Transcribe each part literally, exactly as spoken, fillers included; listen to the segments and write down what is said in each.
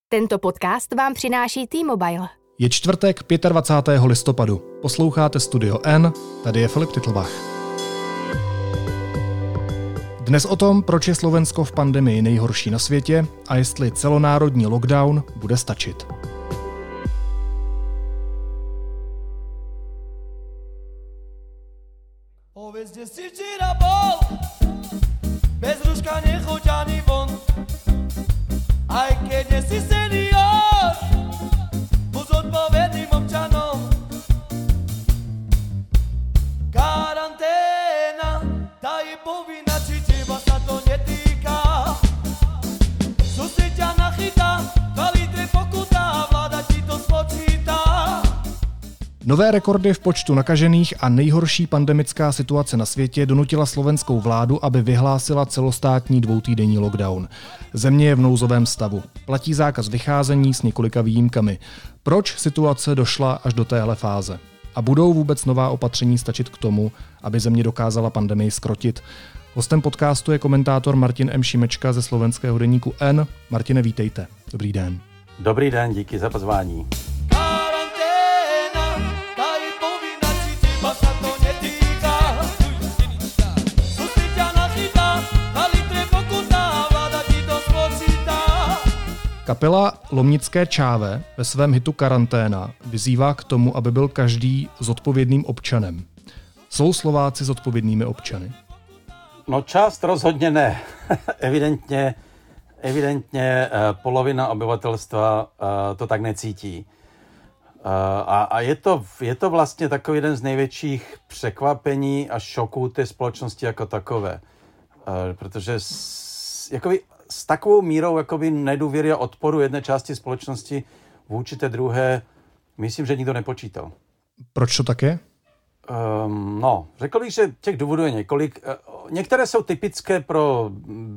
Tento podcast vám přináší T-Mobile. Je čtvrtek dvacátého pátého listopadu. Posloucháte Studio N, tady je Filip Titlbach. Dnes o tom, proč je Slovensko v pandemii nejhorší na světě a jestli celonárodní lockdown bude stačit. Povedzte si včera bol, bez ruška nechoď ani von. Aj keď nie si senior, buď zodpovedným občanom. Karanténa, tá je povinná, či teba sa to netýka. Sused ťa nachytá, dva litre pokuta a vláda ti to spočítá. Nové rekordy v počtu nakažených a nejhorší pandemická situace na světě donutila slovenskou vládu, aby vyhlásila celostátní dvoutýdenní lockdown. Země je v nouzovém stavu. Platí zákaz vycházení s několika výjimkami. Proč situace došla až do téhle fáze? A budou vůbec nová opatření stačit k tomu, aby země dokázala pandemii zkrotit? Hostem podcastu je komentátor Martin M. Šimečka ze slovenského deníku N. Martine, vítejte. Dobrý den. Dobrý den, díky za pozvání. Kapela Lomnické Čáve ve svém hitu Karanténa vyzývá k tomu, aby byl každý zodpovědným občanem. Jsou Slováci zodpovědnými občany? No část rozhodně ne. evidentně, evidentně polovina obyvatelstva to tak necítí. A, a je, to, je to vlastně takový jeden z největších překvapení a šoků té společnosti jako takové. Protože s, jakoby, s takovou mírou jakoby nedůvěry a odporu jedné části společnosti vůči té druhé, myslím, že nikdo nepočítal. Proč to tak je? Um, no, řekl bych, že těch důvodů je několik. Některé jsou typické pro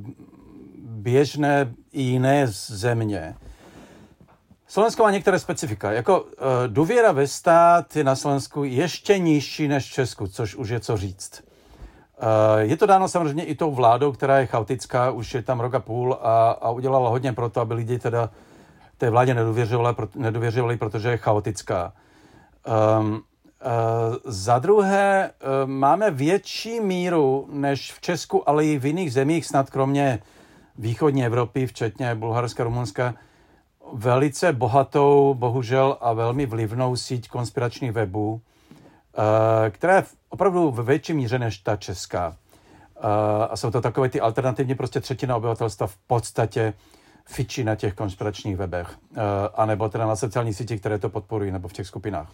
běžné i jiné země. Slovensko má některé specifika. Jako uh, důvěra ve stát je na Slovensku ještě nižší než v Česku, což už je co říct. Uh, je to dáno samozřejmě i tou vládou, která je chaotická, už je tam rok a půl a, a udělala hodně pro to, aby lidi teda té vládě nedůvěřovali, nedůvěřovali, protože je chaotická. Um, uh, za druhé, uh, máme větší míru než v Česku, ale i v jiných zemích, snad kromě východní Evropy, včetně Bulharska, Rumunska, velice bohatou, bohužel a velmi vlivnou síť konspiračních webů, která je opravdu ve větší míře než ta česká. A jsou to takové ty alternativní, prostě třetina obyvatelstva v podstatě fičí na těch konspiračních webech, anebo teda na sociálních sítích, které to podporují, nebo v těch skupinách.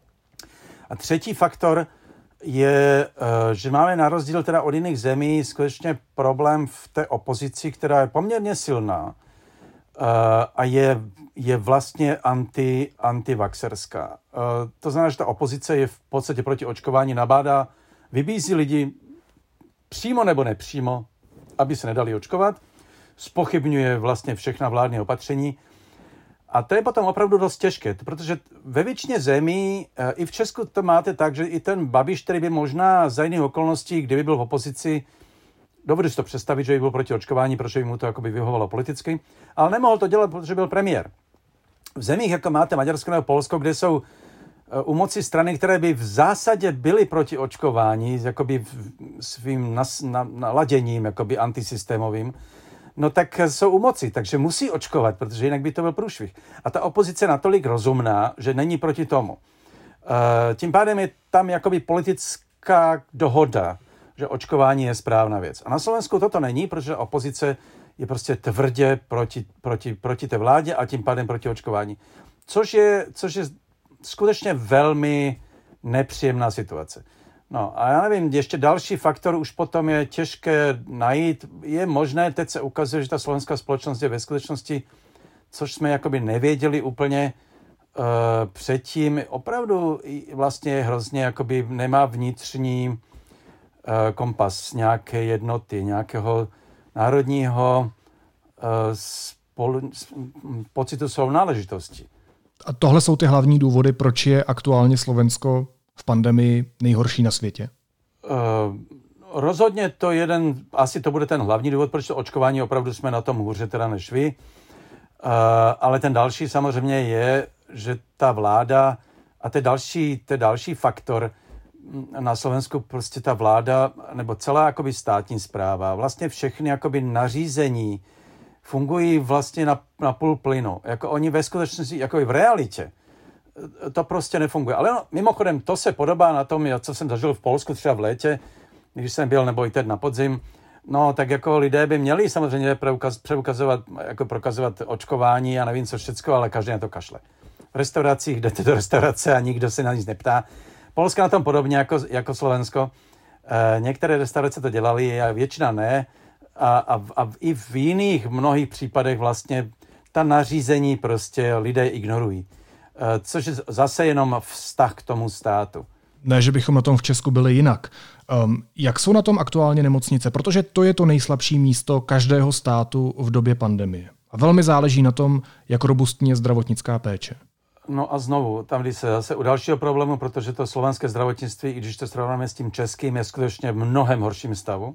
A třetí faktor je, že máme na rozdíl teda od jiných zemí skutečně problém v té opozici, která je poměrně silná, Uh, a je, je vlastně anti, antivaxerská. Uh, to znamená, že ta opozice je v podstatě proti očkování, nabádá, vybízí lidi přímo nebo nepřímo, aby se nedali očkovat, zpochybňuje vlastně všechna vládní opatření. A to je potom opravdu dost těžké, protože ve většině zemí, uh, i v Česku to máte tak, že i ten Babiš, který by možná za jiných okolností, kdyby byl v opozici, dovedu si to představit, že by byl proti očkování, protože by mu to jakoby vyhovovalo politicky, ale nemohl to dělat, protože byl premiér. V zemích, jako máte Maďarsko nebo Polsko, kde jsou u moci strany, které by v zásadě byly proti očkování, jakoby svým nas, na, naladěním, jakoby antisystémovým, no tak jsou u moci, takže musí očkovat, protože jinak by to byl průšvih. A ta opozice je natolik rozumná, že není proti tomu. Tím pádem je tam jakoby politická dohoda, že očkování je správná věc. A na Slovensku toto není, protože opozice je prostě tvrdě proti, proti, proti té vládě a tím pádem proti očkování. Což je, což je skutečně velmi nepříjemná situace. No a já nevím, ještě další faktor už potom je těžké najít. Je možné, teď se ukazuje, že ta slovenská společnost je ve skutečnosti, což jsme jakoby nevěděli úplně uh, předtím, opravdu vlastně hrozně jakoby nemá vnitřní kompas nějaké jednoty, nějakého národního spolu, pocitu sounáležitosti. A tohle jsou ty hlavní důvody, proč je aktuálně Slovensko v pandemii nejhorší na světě? Uh, rozhodně to jeden, asi to bude ten hlavní důvod, proč to očkování opravdu jsme na tom hůře teda než vy. ale ten další samozřejmě je, že ta vláda, a to je další, to je další faktor, na Slovensku prostě ta vláda, nebo celá jakoby státní správa, vlastně všechny jakoby nařízení fungují vlastně na, na půl plynu. Jako oni ve skutečnosti, jako i v realitě, to prostě nefunguje. Ale no, mimochodem, to se podobá na tom, co jsem zažil v Polsku třeba v létě, když jsem byl, nebo i teď na podzim. No, tak jako lidé by měli samozřejmě preukaz, preukazovat, jako prokazovat očkování a nevím co všecko, ale každý na to kašle. V restauracích jdete do restaurace a nikdo se na nic neptá. Polska na tom podobně jako, jako Slovensko. E, některé restaurace to dělaly a většina ne. A, a, a i v jiných mnohých případech vlastně ta nařízení prostě lidé ignorují. E, což je zase jenom vztah k tomu státu. Ne, že bychom na tom v Česku byli jinak. Um, jak jsou na tom aktuálně nemocnice? Protože to je to nejslabší místo každého státu v době pandemie. A velmi záleží na tom, jak robustní je zdravotnická péče. No a znovu, tam jde se zase u dalšího problému, protože to slovenské zdravotnictví, i když to srovnáme s tím českým, je skutečně v mnohem horším stavu.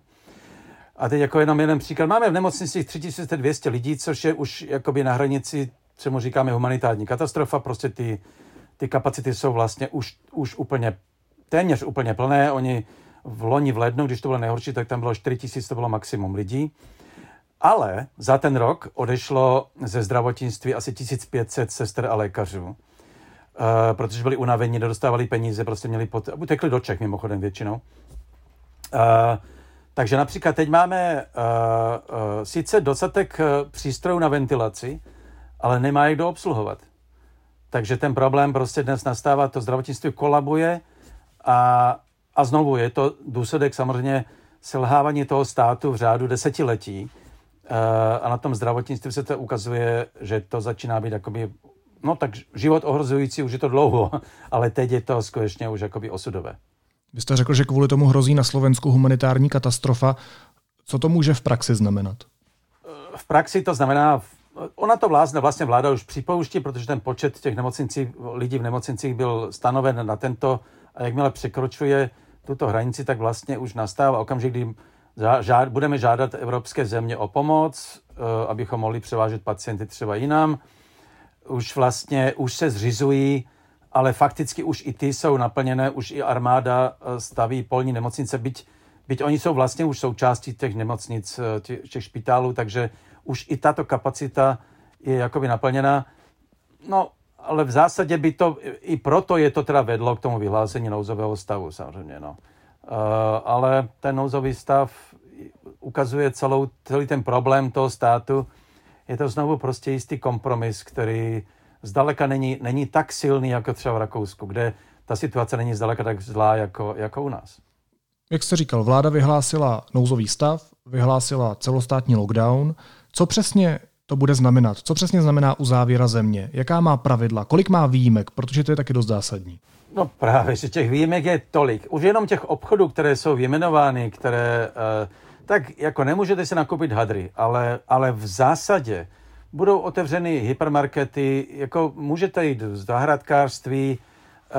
A teď jako jenom jeden příklad. Máme v nemocnicích tři tisíce dvě stě lidí, což je už jakoby na hranici, čemu říkáme humanitární katastrofa. Prostě ty, ty kapacity jsou vlastně už, už úplně, téměř úplně plné. Oni v loni v lednu, když to bylo nejhorší, tak tam bylo čtyři tisíce, to bylo maximum lidí. Ale za ten rok odešlo ze zdravotnictví asi tisíc pět set sester a lékařů, uh, protože byli unavení, nedostávali peníze, prostě měli pot... utekli do Čech mimochodem většinou. Uh, takže například teď máme uh, uh, sice dostatek uh, přístrojů na ventilaci, ale nemá je kdo obsluhovat. Takže ten problém prostě dnes nastává, to zdravotnictví kolabuje a, a znovu je to důsledek samozřejmě selhávání toho státu v řádu desetiletí. A na tom zdravotnictví se to ukazuje, že to začíná být jakoby, no tak život ohrozující, už je to dlouho, ale teď je to skutečně už jakoby osudové. Vy jste řekl, že kvůli tomu hrozí na Slovensku humanitární katastrofa. Co to může v praxi znamenat? V praxi to znamená, ona to vládne, vlastně vláda už připouští, protože ten počet těch nemocnicí, lidí v nemocnicích byl stanoven na tento, a jakmile překročuje tuto hranici, tak vlastně už nastává okamžik, kdy Žád, budeme žádat evropské země o pomoc, abychom mohli převážet pacienty třeba jinam. Už vlastně, už se zřizují, ale fakticky už i ty jsou naplněné, už i armáda staví polní nemocnice, byť, byť oni jsou vlastně už součástí těch nemocnic, těch, těch špitálů, takže už i tato kapacita je jakoby naplněna. No, ale v zásadě by to, i proto je to teda vedlo k tomu vyhlásení nouzového stavu samozřejmě, no. Uh, ale ten nouzový stav ukazuje celou, celý ten problém toho státu. Je to znovu prostě jistý kompromis, který zdaleka není, není tak silný, jako třeba v Rakousku, kde ta situace není zdaleka tak zlá, jako, jako u nás. Jak jste říkal, vláda vyhlásila nouzový stav, vyhlásila celostátní lockdown. Co přesně to bude znamenat? Co přesně znamená uzávěra země? Jaká má pravidla? Kolik má výjimek? Protože to je taky dost zásadní. No právě, že těch výjimek je tolik. Už jenom těch obchodů, které jsou vyjmenovány, které, eh, tak jako nemůžete si nakoupit hadry, ale, ale v zásadě budou otevřeny hypermarkety, jako můžete jít z zahrádkářství, eh,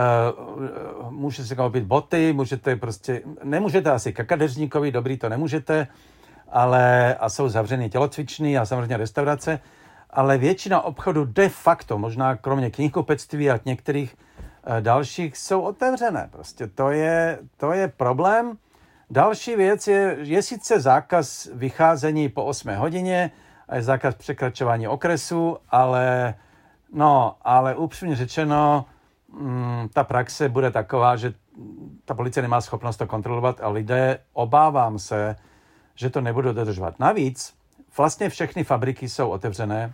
můžete si koupit boty, můžete prostě, nemůžete asi ke kadeřníkovi, dobrý, to nemůžete, ale a jsou zavřeny tělocvičny a samozřejmě restaurace, ale většina obchodů de facto, možná kromě knihkupectví a některých dalších, jsou otevřené. Prostě to je, to je problém. Další věc je, je sice zákaz vycházení po osmé hodině a je zákaz překračování okresu, ale, no, ale upřímně řečeno, mm, ta praxe bude taková, že ta policie nemá schopnost to kontrolovat a lidé, obávám se, že to nebudou dodržovat. Navíc vlastně všechny fabriky jsou otevřené,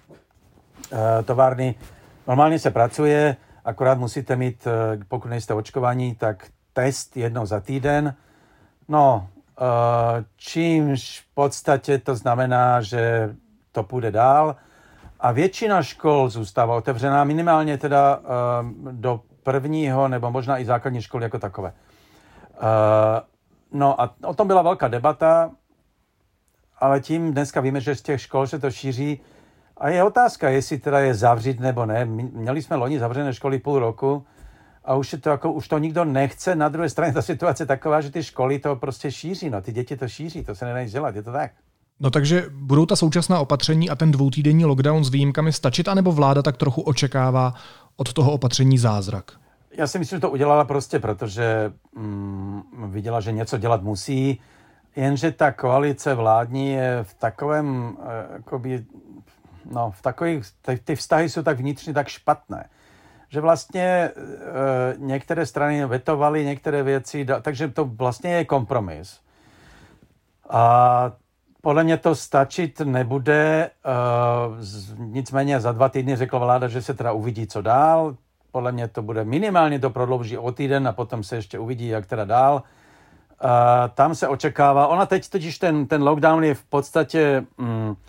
e, továrny, normálně se pracuje, akorát musíte mít, pokud nejste očkovaní, tak test jednou za týden. No, čímž v podstatě to znamená, že to půjde dál. A většina škol zůstává otevřená, minimálně teda do prvního nebo možná i základní školy jako takové. No a o tom byla velká debata, ale tím dneska víme, že z těch škol se to šíří. A je otázka, jestli teda je zavřít nebo ne. Měli jsme loni zavřené školy půl roku a už, je to jako, už to nikdo nechce. Na druhé straně ta situace je taková, že ty školy to prostě šíří. No, ty děti to šíří, to se nedá nic dělat, je to tak. No takže budou ta současná opatření a ten dvoutýdenní lockdown s výjimkami stačit, anebo vláda tak trochu očekává od toho opatření zázrak? Já si myslím, že to udělala prostě, protože mm, viděla, že něco dělat musí, jenže ta koalice vládní je v takovém, jakoby, no, v takových, ty, ty vztahy jsou tak vnitřně tak špatné, že vlastně e, některé strany vetovaly některé věci, takže to vlastně je kompromis. A podle mě to stačit nebude, e, nicméně za dva týdny řekla vláda, že se teda uvidí, co dál. Podle mě to bude minimálně, to prodlouží o týden a potom se ještě uvidí, jak teda dál. Uh, tam se očekává, ona teď totiž ten, ten lockdown je v podstatě um, uh,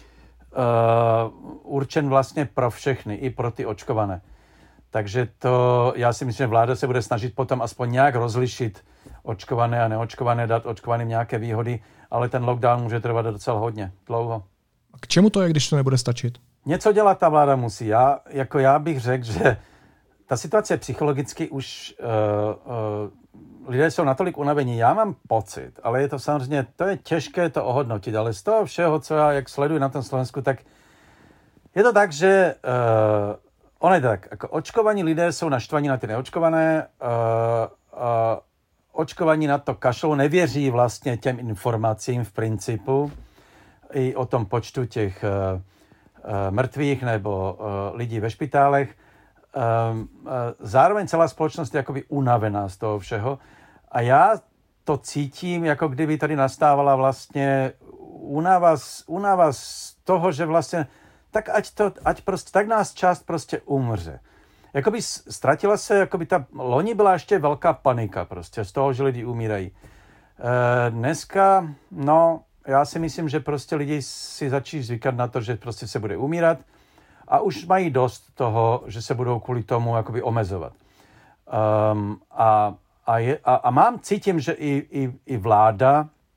určen vlastně pro všechny, i pro ty očkované. Takže to, já si myslím, že vláda se bude snažit potom aspoň nějak rozlišit očkované a neočkované, dát očkovaným nějaké výhody, ale ten lockdown může trvat docela hodně, dlouho. K čemu to je, když to nebude stačit? Něco dělat ta vláda musí. Já, jako já bych řekl, že ta situace psychologicky už uh, uh, lidé jsou natolik unavení. Já mám pocit, ale je to samozřejmě, to je těžké to ohodnotit, ale z toho všeho, co já jak sleduji na tom Slovensku, tak je to tak, že uh, ono je tak, jako očkovaní lidé jsou naštvaní na ty neočkované, uh, uh, očkovaní na to kašlou, nevěří vlastně těm informacím v principu i o tom počtu těch uh, uh, mrtvých nebo uh, lidí ve špitálech. Um, uh, zároveň celá společnost je jakoby unavená z toho všeho a já to cítím, jako kdyby tady nastávala vlastně únava z, únava z toho, že vlastně tak ať, to, ať prostě, tak nás část prostě umře. Jakoby ztratila se, jakoby ta loni byla ještě velká panika prostě z toho, že lidi umírají. E, dneska, no, já si myslím, že prostě lidi si začínají zvykat na to, že prostě se bude umírat a už mají dost toho, že se budou kvůli tomu jakoby omezovat. Um, a, a, je, a, a mám, cítím, že i, i, i vláda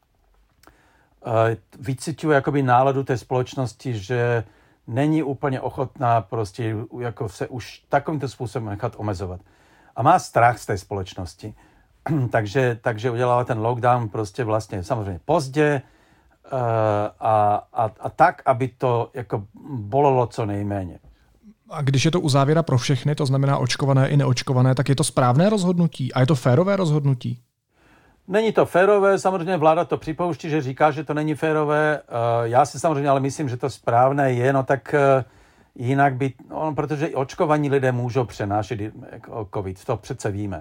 uh, vycíťuje jakoby náladu té společnosti, že není úplně ochotná prostě jako se už takovýmto způsobem nechat omezovat. A má strach z té společnosti. takže, takže udělala ten lockdown prostě vlastně samozřejmě pozdě uh, a, a, a tak, aby to jako bolelo co nejméně. A když je to uzávěra pro všechny, to znamená očkované i neočkované, tak je to správné rozhodnutí a je to férové rozhodnutí? Není to férové, samozřejmě vláda to připouští, že říká, že to není férové. Já si samozřejmě ale myslím, že to správné je, no tak jinak by, no, protože i očkovaní lidé můžou přenášet covid, to přece víme.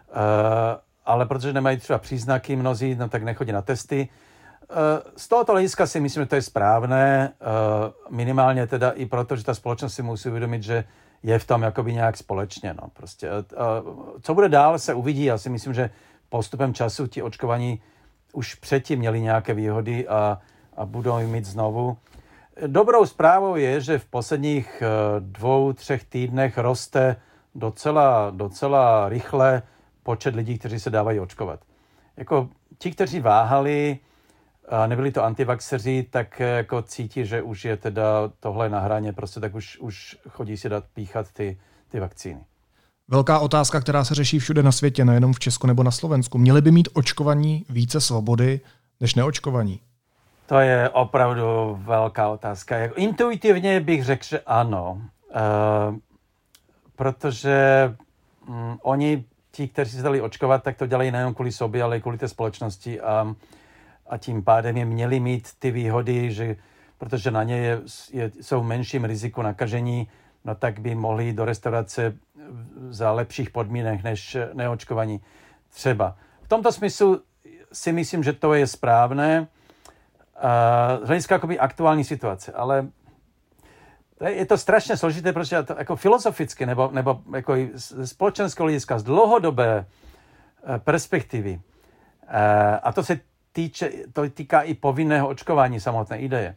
Ale protože nemají třeba příznaky mnozí, no tak nechodí na testy. Z tohoto hlediska si myslím, že to je správné, minimálně teda i proto, že ta společnost si musí uvědomit, že je v tom jakoby nějak společně. No, prostě. Co bude dál, se uvidí. Já si myslím, že postupem času ti očkovaní už předtím měli nějaké výhody a, a budou jim mít znovu. Dobrou zprávou je, že v posledních dvou, třech týdnech roste docela, docela rychle počet lidí, kteří se dávají očkovat. Jako ti, kteří váhali, a nebyli to antivaxeři, tak jako cítí, že už je teda tohle na hraně, prostě tak už, už chodí si dát píchat ty, ty vakcíny. Velká otázka, která se řeší všude na světě, nejenom v Česku nebo na Slovensku. Měli by mít očkovaní více svobody než neočkovaní? To je opravdu velká otázka. Jako intuitivně bych řekl, že ano. Uh, protože um, oni, ti, kteří se dali očkovat, tak to dělají nejen kvůli sobě, ale i kvůli té společnosti a, a tím pádem je měli mít ty výhody, že, protože na ně je, je, jsou v menším riziku nakažení, no tak by mohli jít do restaurace za lepších podmínek než neočkovaní třeba. V tomto smyslu si myslím, že to je správné z hlediska jakoby aktuální situace, ale je to strašně složité, protože to jako filozoficky nebo, nebo jako z společenského hlediska, z dlouhodobé perspektivy, a to se týče, to týká i povinného očkování samotné ideje.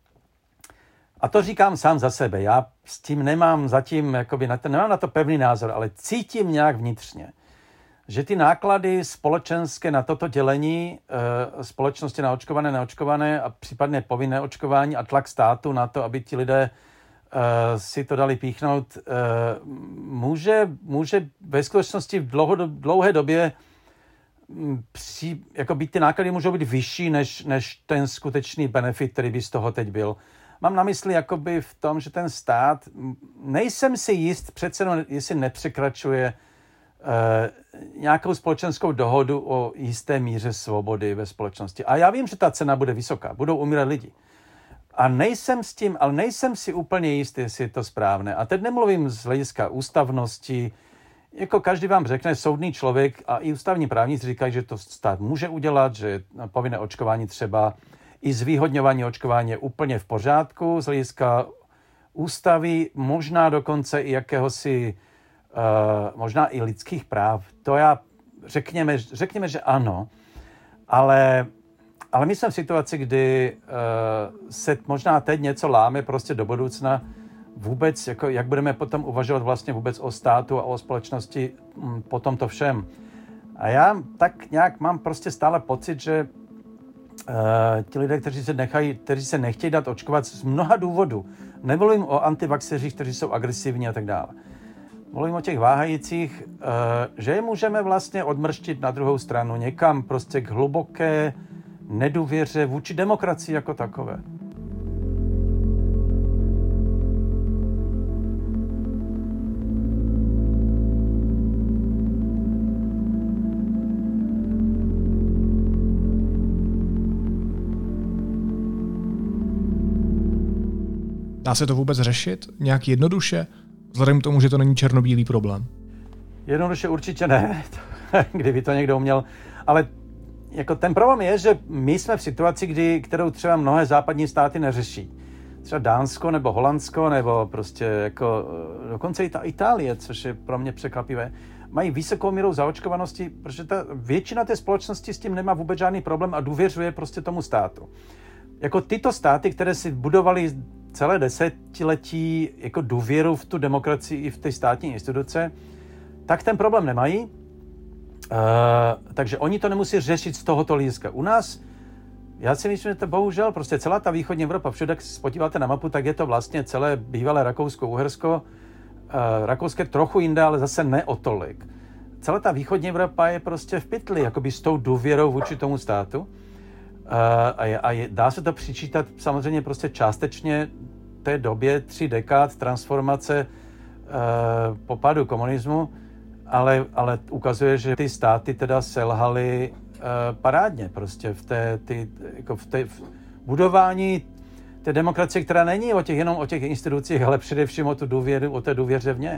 A to říkám sám za sebe. Já s tím nemám zatím, jakoby na to, nemám na to pevný názor, ale cítím nějak vnitřně, že ty náklady společenské na toto dělení e, společnosti na očkované, neočkované a případně povinné očkování a tlak státu na to, aby ti lidé e, si to dali píchnout, e, může, může ve skutečnosti v dlouho, dlouhé době při, jako by ty náklady můžou být vyšší než, než ten skutečný benefit, který by z toho teď byl. Mám na mysli jakoby v tom, že ten stát, nejsem si jist přece, no, jestli nepřekračuje uh, nějakou společenskou dohodu o jisté míře svobody ve společnosti. A já vím, že ta cena bude vysoká, budou umírat lidi. A nejsem s tím, ale nejsem si úplně jist, jestli je to správné. A teď nemluvím z hlediska ústavnosti, jako každý vám řekne, soudný člověk a i ústavní právníci říkají, že to stát může udělat, že povinné očkování třeba i zvýhodňování očkování je úplně v pořádku z hlediska ústavy, možná dokonce i jakéhosi, uh, možná i lidských práv. To já, řekněme, řekněme že ano, ale, ale my jsme v situaci, kdy uh, se možná teď něco láme prostě do budoucna, vůbec, jako, jak budeme potom uvažovat vlastně vůbec o státu a o společnosti m, po tomto všem. A já tak nějak mám prostě stále pocit, že uh, ti lidé, kteří se, nechají, kteří se nechtějí dát očkovat z mnoha důvodů, nemluvím o antivaxeřích, kteří jsou agresivní a tak dále. Mluvím o těch váhajících, uh, že je můžeme vlastně odmrštit na druhou stranu někam prostě k hluboké nedůvěře vůči demokracii jako takové. Dá se to vůbec řešit nějak jednoduše, vzhledem k tomu, že to není černobílý problém? Jednoduše určitě ne, kdyby to někdo uměl. Ale jako ten problém je, že my jsme v situaci, kdy, kterou třeba mnohé západní státy neřeší. Třeba Dánsko nebo Holandsko nebo prostě jako dokonce i ta Itálie, což je pro mě překvapivé, mají vysokou mírou zaočkovanosti, protože ta většina té společnosti s tím nemá vůbec žádný problém a důvěřuje prostě tomu státu. Jako tyto státy, které si budovaly celé desetiletí jako důvěru v tu demokracii i v té státní instituce, tak ten problém nemají. Uh, takže oni to nemusí řešit z tohoto hlediska. U nás, já si myslím, že to bohužel prostě celá ta východní Evropa, všude, jak se podíváte na mapu, tak je to vlastně celé bývalé Rakousko-Uhersko. Uh, Rakouské trochu jinde, ale zase ne o tolik. Celá ta východní Evropa je prostě v pytli, jakoby s tou důvěrou vůči tomu státu. Uh, a, je, a je, dá se to přičítat samozřejmě prostě částečně té době tří dekád transformace uh, po pádu komunismu, ale, ale ukazuje, že ty státy teda selhaly uh, parádně prostě v té, ty, jako v té v budování té demokracie, která není o těch, jenom o těch institucích, ale především o tu důvěru, o té důvěře v ně.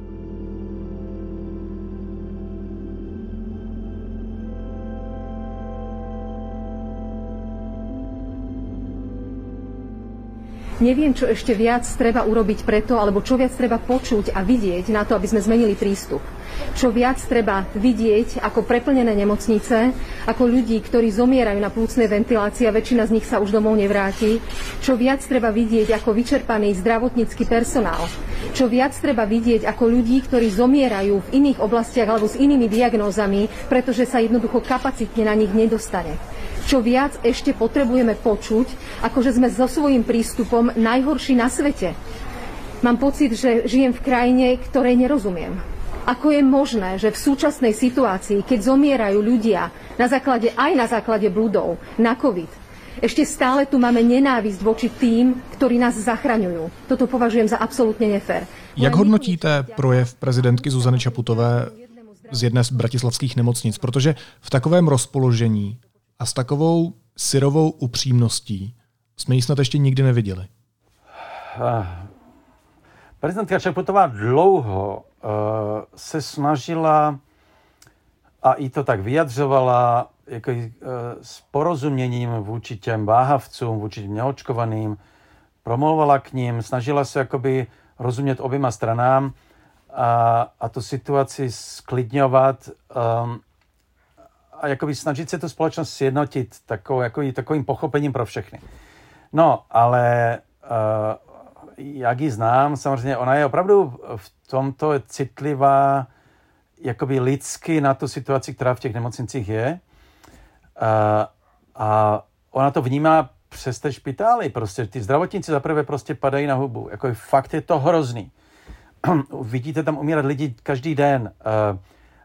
Neviem, čo ešte viac treba urobiť preto, alebo čo viac treba počuť a vidieť na to, aby sme zmenili prístup. Čo viac treba vidieť ako preplnené nemocnice, ako ľudí, ktorí zomierajú na plúcnej ventilácii a väčšina z nich sa už domov nevráti. Čo viac treba vidieť ako vyčerpaný zdravotnícky personál. Čo viac treba vidieť ako ľudí, ktorí zomierajú v iných oblastiach alebo s inými diagnózami, pretože sa jednoducho kapacitne na nich nedostane. Čo viac ešte potrebujeme počuť, akože sme so svojím prístupom najhorší na svete. Mám pocit, že žijem v krajine, ktorej nerozumiem. Ako je možné, že v súčasnej situácii, keď zomierajú ľudia na základe, aj na základe bludov, na COVID, ešte stále tu máme nenávisť voči tým, ktorí nás zachraňujú. Toto považujem za absolútne nefér. Jak hodnotíte projev prezidentky Zuzany Čaputové z jedné z bratislavských nemocnic? Protože v takovém rozpoložení a s takovou syrovou upřímností jsme ji snad ještě nikdy neviděli. Prezidentka Čaputová dlouho uh, se snažila a i to tak vyjadřovala jako, uh, s porozuměním vůči těm váhavcům, vůči těm neočkovaným, promlouvala k ním, snažila se jakoby rozumět oběma stranám a, a tu situaci sklidňovat um, a jakoby snažit se tu společnost sjednotit takovou, jako, takovým pochopením pro všechny. No, ale uh, jak ji znám, samozřejmě ona je opravdu v tomto citlivá jakoby lidsky na tu situaci, která v těch nemocnicích je. Uh, a ona to vnímá přes té špitály. Prostě ty zdravotníci zaprvé prostě padají na hubu. Jako fakt je to hrozný. Vidíte tam umírat lidi každý den. Uh,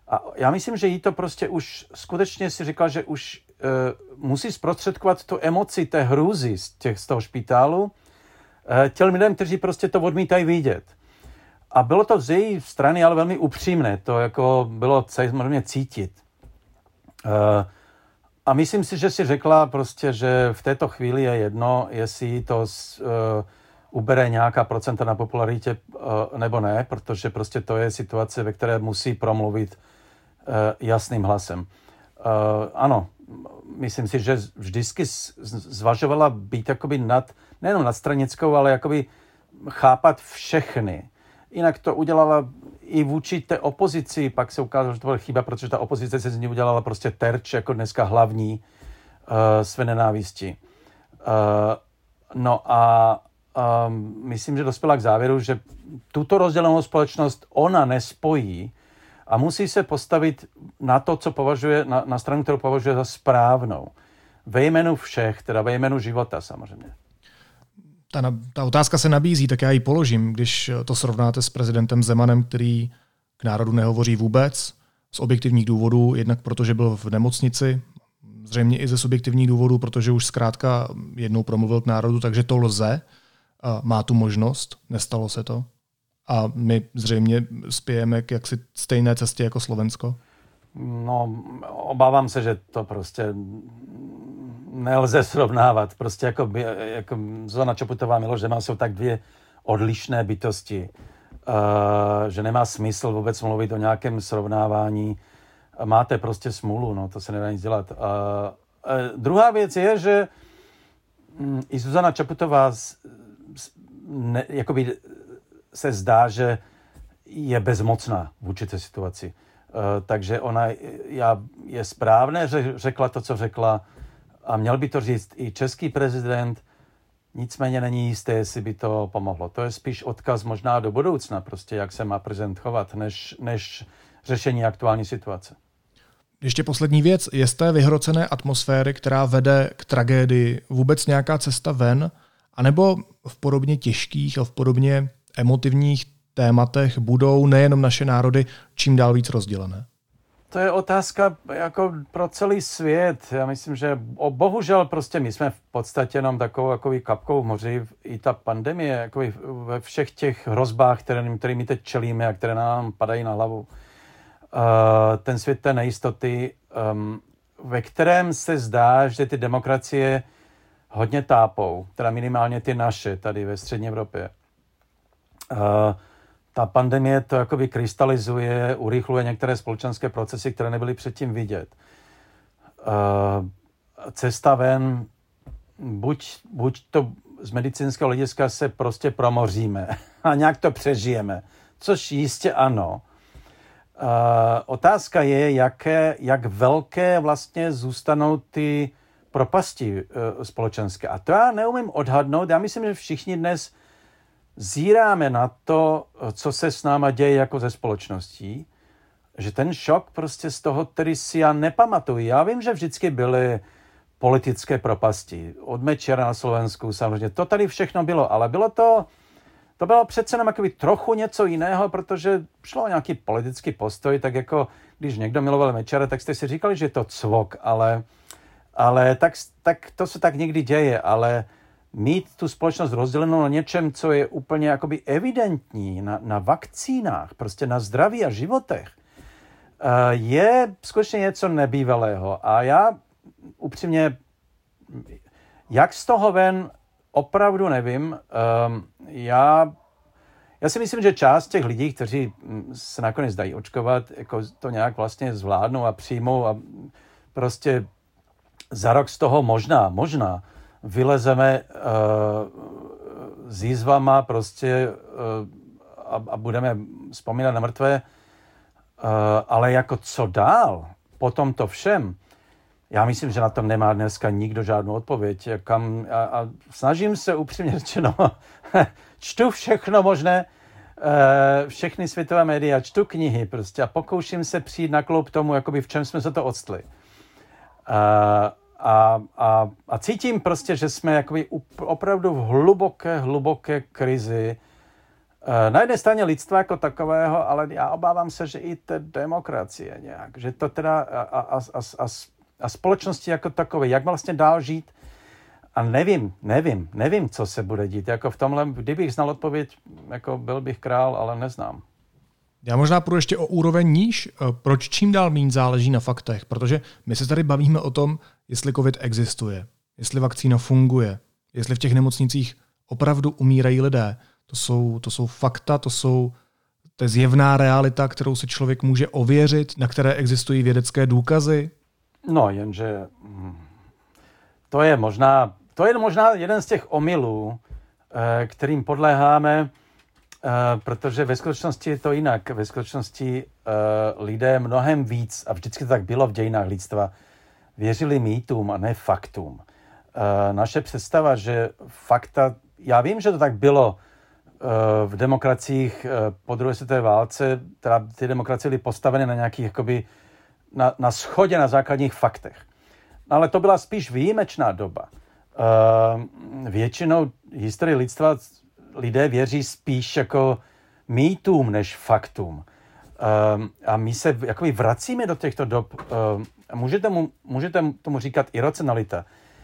A já myslím, že jí to prostě už skutečně si říkal, že už uh, musí zprostředkovat tu emoci té hrůzy z, těch, z toho špitálu uh, těm lidem, kteří prostě to odmítají vidět. A bylo to z její strany ale velmi upřímné, to jako bylo samozřejmě cítit. Uh, a myslím si, že si řekla prostě, že v této chvíli je jedno, jestli to uh, ubere nějaká procenta na popularitě uh, nebo ne, protože prostě to je situace, ve které musí promluvit uh, jasným hlasem. Uh, ano, myslím si, že vždycky zvažovala být jakoby nad, nejenom nadstranickou, ale jakoby chápat všechny. Jinak to udělala i vůči té opozici, pak se ukázalo, že to byla chyba, protože ta opozice se z ní udělala prostě terč, jako dneska hlavní uh, své nenávisti. Uh, no a um, myslím, že dospěla k závěru, že tuto rozdělenou společnost ona nespojí a musí se postavit na to, co považuje, na, na stranu, kterou považuje za správnou. Ve jménu všech, teda ve jménu života samozřejmě. Ta, ta otázka se nabízí, tak já ji položím, když to srovnáte s prezidentem Zemanem, který k národu nehovoří vůbec, z objektivních důvodů, jednak protože byl v nemocnici, zřejmě i ze subjektivních důvodů, protože už zkrátka jednou promluvil k národu, takže to lze, má tu možnost, nestalo se to. A my zřejmě spějeme k jaksi stejné cestě jako Slovensko? No, obávám se, že to prostě nelze srovnávat. Prostě jako, jako Zuzana Čaputová, Miloš Zeman jsou tak dvě odlišné bytosti, uh, že nemá smysl vůbec mluvit o nějakém srovnávání. Máte prostě smůlu, no, to se nedá nic dělat. Uh, uh, druhá věc je, že um, i Zuzana Čaputová z, z, ne, jakoby se zdá, že je bezmocná vůči té situaci. Uh, takže ona já, je správné, že řekla to, co řekla, a měl by to říct i český prezident, nicméně není jisté, jestli by to pomohlo. To je spíš odkaz možná do budoucna, prostě jak se má prezident chovat, než, než řešení aktuální situace. Ještě poslední věc. Je z té vyhrocené atmosféry, která vede k tragédii, vůbec nějaká cesta ven? A nebo v podobně těžkých a v podobně emotivních tématech budou nejenom naše národy čím dál víc rozdělené? To je otázka jako pro celý svět. Já myslím, že o, bohužel prostě my jsme v podstatě jenom takovou jakoby kapkou v moři. I ta pandemie jakoby ve všech těch hrozbách, které, kterými teď čelíme a které nám padají na hlavu. Uh, ten svět té nejistoty, um, ve kterém se zdá, že ty demokracie hodně tápou, teda minimálně ty naše tady ve střední Evropě. Uh, Ta pandemie to jakoby krystalizuje, urychluje některé společenské procesy, které nebyly předtím vidět. Cesta ven, buď, buď to z medicínského hlediska se prostě promoříme a nějak to přežijeme, což jistě ano. Otázka je, jaké, jak velké vlastně zůstanou ty propasti společenské. A to já neumím odhadnout. Já myslím, že všichni dnes zíráme na to, co se s náma děje jako ze společností, že ten šok prostě z toho, který si já nepamatuji. Já vím, že vždycky byly politické propasti. Od Mečiara na Slovensku samozřejmě. To tady všechno bylo, ale bylo to, to bylo přece jenom jakoby trochu něco jiného, protože šlo o nějaký politický postoj, tak jako když někdo miloval Mečiara, tak jste si říkali, že je to cvok, ale, ale tak, tak to se tak někdy děje, ale mít tu společnost rozdělenou na něčem, co je úplně jakoby evidentní, na, na vakcínách, prostě na zdraví a životech, je skutečně něco nebývalého. A já upřímně, jak z toho ven, opravdu nevím. Já, já si myslím, že část těch lidí, kteří se nakonec dají očkovat, jako to nějak vlastně zvládnou a přijmou a prostě za rok z toho možná, možná, vylezeme uh, s jízvama prostě uh, a, a budeme vzpomínat na mrtvé, uh, ale jako co dál po tomto všem, já myslím, že na tom nemá dneska nikdo žádnou odpověď. Kam, a, a snažím se upřímně řečeno, čtu všechno možné, uh, všechny světové média, čtu knihy prostě a pokouším se přijít na kloub tomu, jakoby v čem jsme se to odstli. Uh, A, a, a cítím prostě, že jsme jakoby opravdu v hluboké, hluboké krizi Na jedné straně lidstva jako takového, ale já obávám se, že i té demokracie nějak, že to teda a, a, a, a, a společnosti jako takové, jak vlastně dál žít. A nevím, nevím, nevím, co se bude dít. Jako v tomhle, kdybych znal odpověď, jako byl bych král, ale neznám. Já možná půjdu ještě o úroveň níž. Proč čím dál méně záleží na faktech? Protože my se tady bavíme o tom, jestli covid existuje, jestli vakcína funguje, jestli v těch nemocnicích opravdu umírají lidé. To jsou, to jsou fakta, to jsou to je zjevná realita, kterou si člověk může ověřit, na které existují vědecké důkazy. No, jenže to je možná, to je možná jeden z těch omylů, kterým podléháme, protože ve skutečnosti je to jinak. Ve skutečnosti lidé mnohem víc, a vždycky to tak bylo v dějinách lidstva, věřili mýtům a ne faktům. Naše představa, že fakta, já vím, že to tak bylo v demokraciích po druhé světové válce, teda ty demokracie byly postaveny na nějakých, jakoby, na, na schodě na základních faktech. No, ale to byla spíš výjimečná doba. Většinou historii lidstva lidé věří spíš jako mýtům než faktům. A my se jakoby vracíme do těchto dob. Můžete, mu, můžete tomu říkat iracionalita,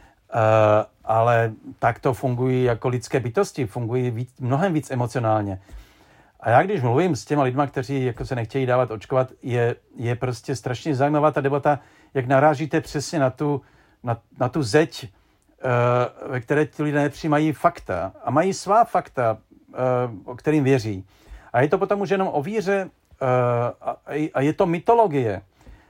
ale tak to fungují jako lidské bytosti, fungují víc, mnohem víc emocionálně. A já když mluvím s těma lidma, kteří jako se nechtějí dávat očkovat, je, je prostě strašně zajímavá ta debata, jak narážíte přesně na tu, na, na tu zeď, uh, ve které ti lidé nepřijímají fakta. A mají svá fakta, uh, o kterým věří. A je to potom už jenom o víře uh, a, a je to mytologie.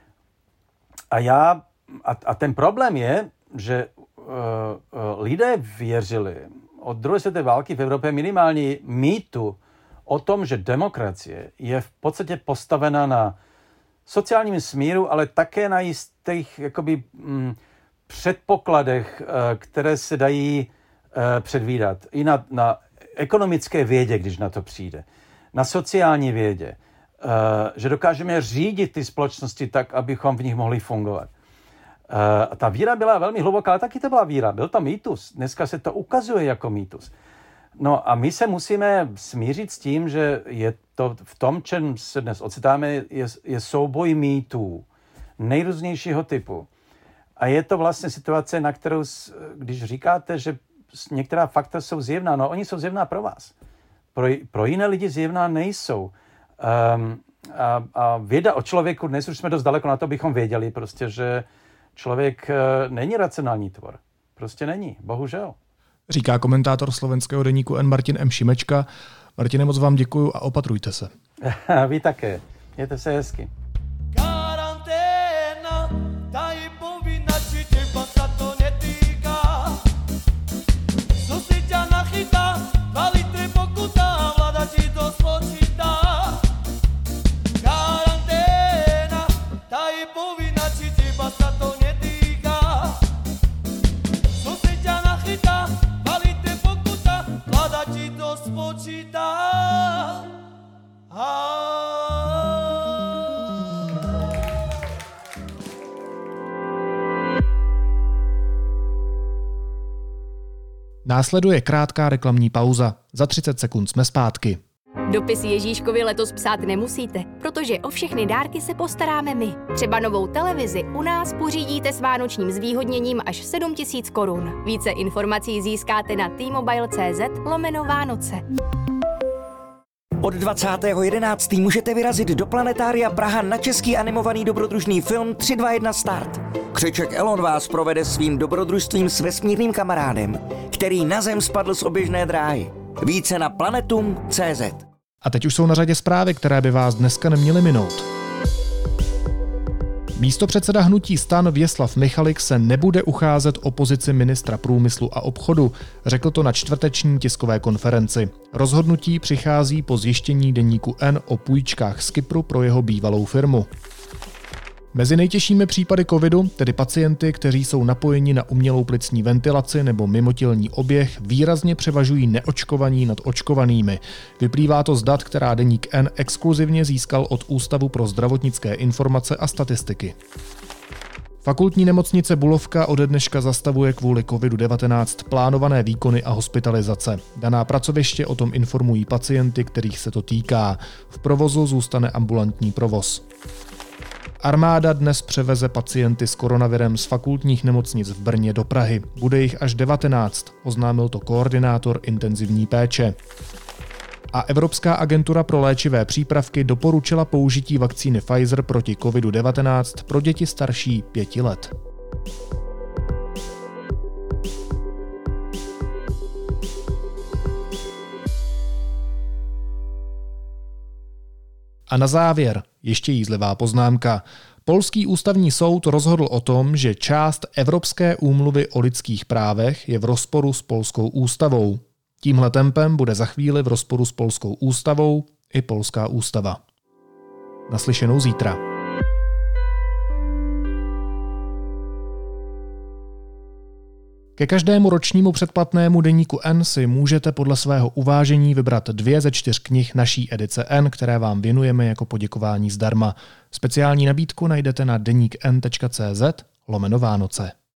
A já, a, a ten problém je, že uh, uh, lidé věřili od druhé světové války v Evropě minimálně mýtu o tom, že demokracie je v podstatě postavena na sociálním smíru, ale také na jistých jakoby, mm, předpokladech, uh, které se dají uh, předvídat. I na, na ekonomické vědě, když na to přijde. Na sociální vědě. Uh, že dokážeme řídit ty společnosti tak, abychom v nich mohli fungovat. Uh, ta víra byla velmi hluboká, ale taky to byla víra. Byl to mýtus. Dneska se to ukazuje jako mýtus. No a my se musíme smířit s tím, že je to v tom, čem se dnes ocitáme, je, je souboj mýtů nejrůznějšího typu. A je to vlastně situace, na kterou, když říkáte, že některá fakta jsou zjevná, no oni jsou zjevná pro vás. Pro, pro jiné lidi zjevná nejsou. Um, a, a věda o člověku, dnes už jsme dost daleko na to, abychom věděli prostě, že člověk uh, není racionální tvor. Prostě není, bohužel. Říká komentátor slovenského deníku N Martin M. Šimečka. Martine, moc vám děkuju a opatrujte se. Vy také. Mějte se hezky. Karanténa, ta je povinná, či teba sa to netýka. Co si ťa nachytá, dva litry pokuta, vláda ti to spočítá. Karanténa, ta je povinná, či teba sa to netýka. Co si ťa nachytá, dva litry pokuta, vláda ti to spočítá. Následuje krátká reklamní pauza. Za třicet sekund jsme zpátky. Dopis Ježíškovi letos psát nemusíte, protože o všechny dárky se postaráme my. Třeba novou televizi u nás pořídíte s vánočním zvýhodněním až sedm tisíc korun. Více informací získáte na t-mobile.cz lomeno Vánoce. Od dvacátého jedenáctého můžete vyrazit do Planetária Praha na český animovaný dobrodružný film tři dva jedna Start. Křeček Elon vás provede svým dobrodružstvím s vesmírným kamarádem, který na Zem spadl z oběžné dráhy. Více na planetum tečka cé zet. A teď už jsou na řadě zprávy, které by vás dneska neměly minout. Místopředseda hnutí STAN Věslav Michalik se nebude ucházet o pozici ministra průmyslu a obchodu, řekl to na čtvrteční tiskové konferenci. Rozhodnutí přichází po zjištění deníku N o půjčkách z Kypru pro jeho bývalou firmu. Mezi nejtěžšími případy covidu, tedy pacienty, kteří jsou napojeni na umělou plicní ventilaci nebo mimotělní oběh, výrazně převažují neočkovaní nad očkovanými. Vyplývá to z dat, která deník N exkluzivně získal od Ústavu pro zdravotnické informace a statistiky. Fakultní nemocnice Bulovka ode dneška zastavuje kvůli kovidu devatenáct plánované výkony a hospitalizace. Daná pracoviště o tom informují pacienty, kterých se to týká. V provozu zůstane ambulantní provoz. Armáda dnes převeze pacienty s koronavirem z fakultních nemocnic v Brně do Prahy. Bude jich až devatenáct, oznámil to koordinátor intenzivní péče. A Evropská agentura pro léčivé přípravky doporučila použití vakcíny Pfizer proti kovidu devatenáct pro děti starší pěti let. A na závěr ještě jízlivá poznámka. Polský ústavní soud rozhodl o tom, že část Evropské úmluvy o lidských právech je v rozporu s polskou ústavou. Tímhle tempem bude za chvíli v rozporu s polskou ústavou i polská ústava. Naslyšenou zítra. Ke každému ročnímu předplatnému deníku N si můžete podle svého uvážení vybrat dvě ze čtyř knih naší edice N, které vám věnujeme jako poděkování zdarma. Speciální nabídku najdete na deníkn tečka cz lomeno Vánoce.